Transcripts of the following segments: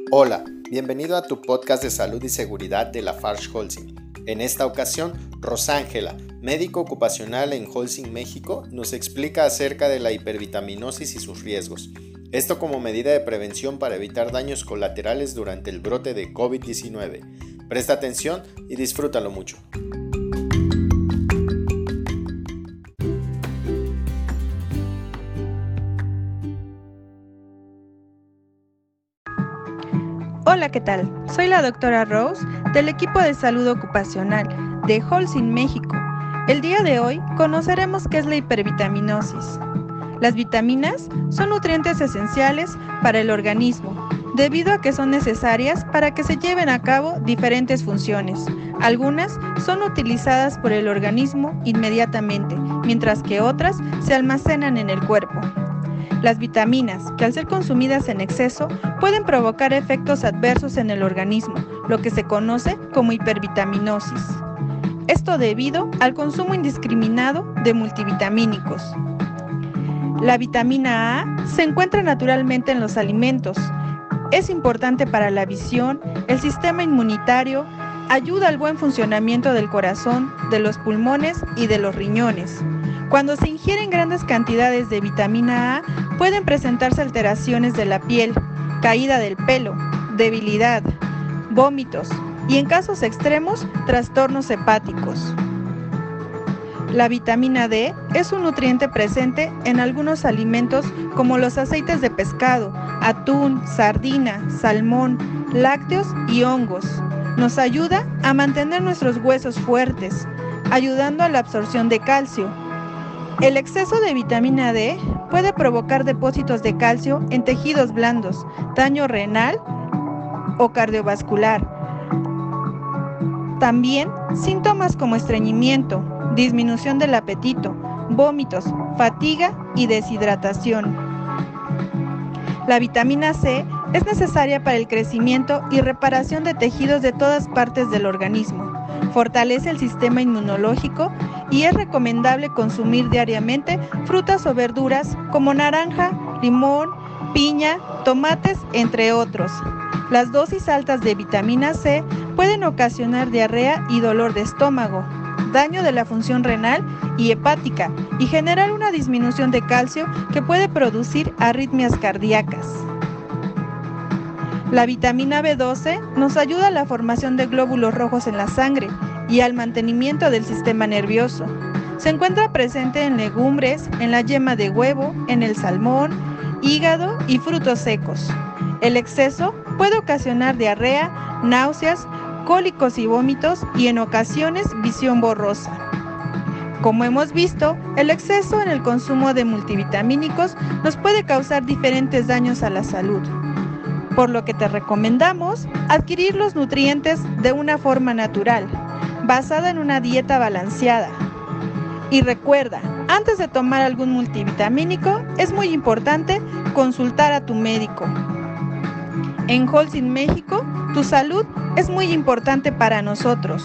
Hola, bienvenido a tu podcast de salud y seguridad de Lafarge Holcim. En esta ocasión, Rosángela, médico ocupacional en Holcim México, nos explica acerca de la hipervitaminosis y sus riesgos. Esto como medida de prevención para evitar daños colaterales durante el brote de COVID-19. Presta atención y disfrútalo mucho. Hola, ¿qué tal? Soy la doctora Rose del equipo de salud ocupacional de Holcim México. El día de hoy conoceremos qué es la hipervitaminosis. Las vitaminas son nutrientes esenciales para el organismo, debido a que son necesarias para que se lleven a cabo diferentes funciones. Algunas son utilizadas por el organismo inmediatamente, mientras que otras se almacenan en el cuerpo. Las vitaminas, que al ser consumidas en exceso, pueden provocar efectos adversos en el organismo, lo que se conoce como hipervitaminosis. Esto debido al consumo indiscriminado de multivitamínicos. La vitamina A se encuentra naturalmente en los alimentos. Es importante para la visión, el sistema inmunitario, ayuda al buen funcionamiento del corazón, de los pulmones y de los riñones. Cuando se ingieren grandes cantidades de vitamina A, pueden presentarse alteraciones de la piel, caída del pelo, debilidad, vómitos y en casos extremos, trastornos hepáticos. La vitamina D es un nutriente presente en algunos alimentos como los aceites de pescado, atún, sardina, salmón, lácteos y hongos. Nos ayuda a mantener nuestros huesos fuertes, ayudando a la absorción de calcio. El exceso de vitamina D puede provocar depósitos de calcio en tejidos blandos, daño renal o cardiovascular. También síntomas como estreñimiento, disminución del apetito, vómitos, fatiga y deshidratación. La vitamina C es necesaria para el crecimiento y reparación de tejidos de todas partes del organismo. Fortalece el sistema inmunológico y es recomendable consumir diariamente frutas o verduras como naranja, limón, piña, tomates, entre otros. Las dosis altas de vitamina C pueden ocasionar diarrea y dolor de estómago, daño de la función renal y hepática y generar una disminución de calcio que puede producir arritmias cardíacas. La vitamina B12 nos ayuda a la formación de glóbulos rojos en la sangre y al mantenimiento del sistema nervioso. Se encuentra presente en legumbres, en la yema de huevo, en el salmón, hígado y frutos secos. El exceso puede ocasionar diarrea, náuseas, cólicos y vómitos y en ocasiones visión borrosa. Como hemos visto, el exceso en el consumo de multivitamínicos nos puede causar diferentes daños a la salud, por lo que te recomendamos adquirir los nutrientes de una forma natural, basada en una dieta balanceada. Y recuerda, antes de tomar algún multivitamínico, es muy importante consultar a tu médico. En Holcim México, tu salud es muy importante para nosotros.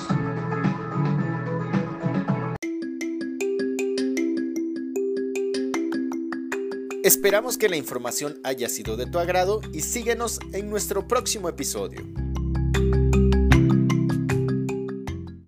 Esperamos que la información haya sido de tu agrado y síguenos en nuestro próximo episodio.